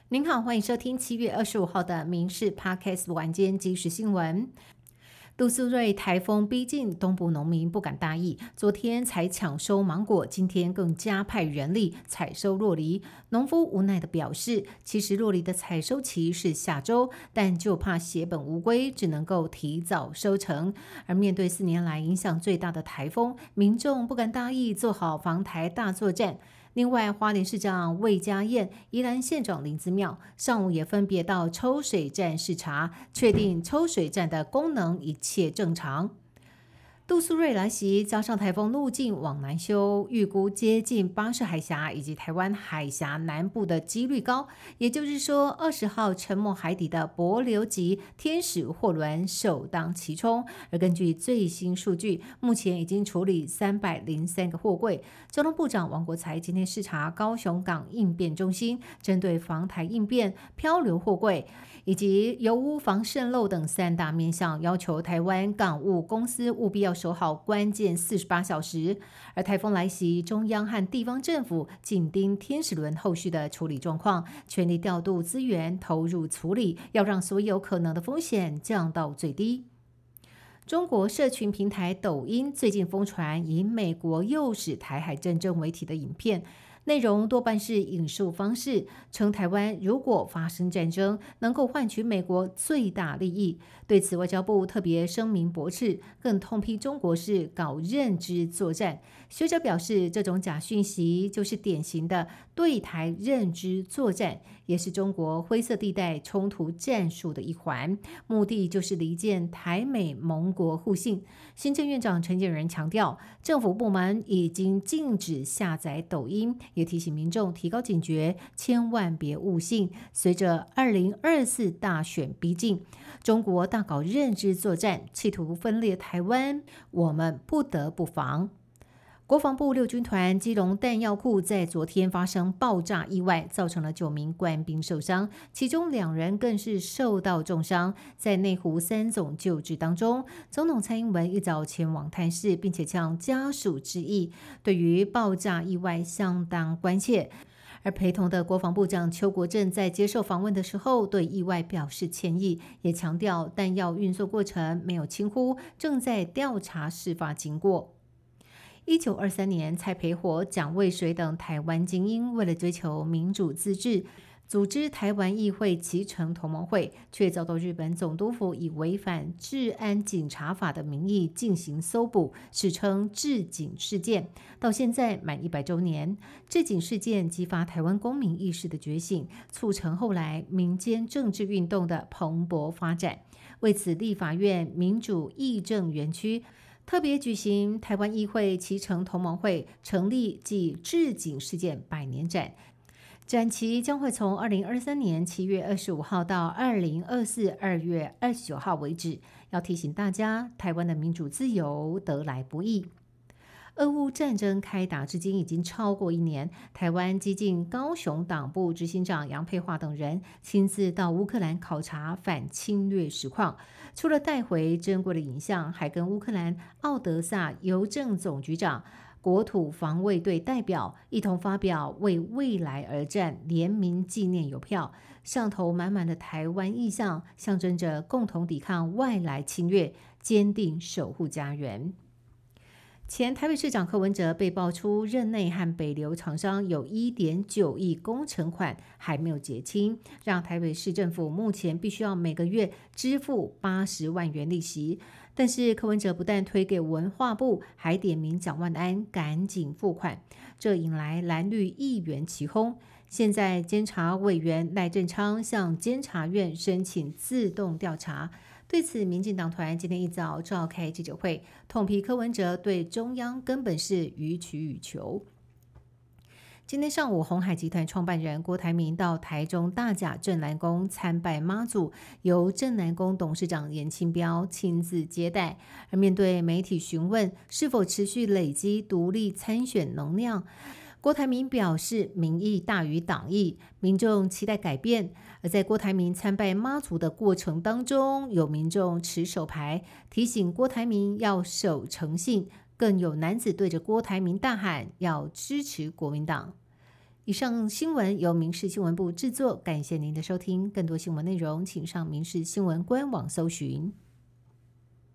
您好，欢迎收听7月25号的民事 Podcast 晚间即时新闻。杜苏芮台风逼近，东部农民不敢大意，昨天才抢收芒果，今天更加派人力采收酪梨。农夫无奈地表示，其实酪梨的采收期是下周，但就怕血本无归，只能够提早收成。而面对4年来影响最大的台风，民众不敢大意，做好防台大作战。另外，花莲市长魏家燕、宜兰县长林姿妙上午也分别到抽水站视察，确定抽水站的功能一切正常。杜苏芮来袭，加上台风路径往南修，预估接近巴士海峡以及台湾海峡南部的几率高。也就是说，20号沉没海底的帛琉级天使货轮首当其冲。而根据最新数据，目前已经处理303个货柜。交通部长王国材今天视察高雄港应变中心，针对防台应变、漂流货柜以及油污防渗漏等3大面向，要求台湾港务公司务必要守好关键48小时。而台风来袭，中央和地方政府紧盯天使轮后续的处理状况，全力调度资源投入处理，要让所有可能的风险降到最低。中国社群平台抖音最近疯传以美国诱使台海战争为题的影片，内容多半是引述方式，称台湾如果发生战争，能够换取美国最大利益。对此，外交部特别声明驳斥，更痛批中国是搞认知作战。学者表示，这种假讯息就是典型的对台认知作战，也是中国灰色地带冲突战术的一环，目的就是离间台美盟国互信。行政院长陈建仁强调，政府部门已经禁止下载抖音，也提醒民众提高警觉，千万别误信。随着2024大选逼近，中国大搞认知作战，企图分裂台湾，我们不得不防。国防部6军团基隆弹药库在昨天发生爆炸意外，造成了9名官兵受伤，其中2人更是受到重伤。在内湖3总救治当中，总统蔡英文一早前往探视，并且向家属致意，对于爆炸意外相当关切。而陪同的国防部长邱国正在接受访问的时候，对意外表示歉意，也强调弹药运送过程没有轻忽，正在调查事发经过。1923年，蔡培火、蒋渭水等台湾精英为了追求民主自治，组织台湾议会期成同盟会，却遭到日本总督府以违反治安警察法的名义进行搜捕，史称治警事件。到现在满100周年，治警事件激发台湾公民意识的觉醒，促成后来民间政治运动的蓬勃发展。为此，立法院民主议政园区特别举行台湾议会期成同盟会成立暨治警事件100年展，展期将会从2023年7月25号到2024 2月29号为止。要提醒大家，台湾的民主自由得来不易。俄乌战争开打至今已经超过1年，台湾基进高雄党部执行长杨佩华等人亲自到乌克兰考察反侵略实况，除了带回珍贵的影像，还跟乌克兰奥德萨邮政总局长、国土防卫队代表一同发表为未来而战联名纪念邮票，上头满满的台湾意象，象征着共同抵抗外来侵略，坚定守护家园。前台北市长柯文哲被爆出任内和北流厂商有1.9亿工程款还没有结清，让台北市政府目前必须要每个月支付80万元利息。但是柯文哲不但推给文化部，还点名蒋万安赶紧付款，这引来蓝绿议员齐轰。现在监察委员赖正昌向监察院申请自动调查。对此，民进党团今天一早召开记者会，痛批柯文哲对中央根本是予取予求。今天上午，鸿海集团创办人郭台铭到台中大甲镇澜宫参拜妈祖，由镇澜宫董事长严清标亲自接待。而面对媒体询问是否持续累积独立参选能量，郭台铭表示，民意大于党意，民众期待改变。而在郭台铭参拜妈祖的过程当中，有民众持手牌提醒郭台铭要守诚信，更有男子对着郭台铭大喊要支持国民党。 以上新闻由民事新闻部制作，感谢您的收听。更多新闻内容，请上民事新闻官网搜寻。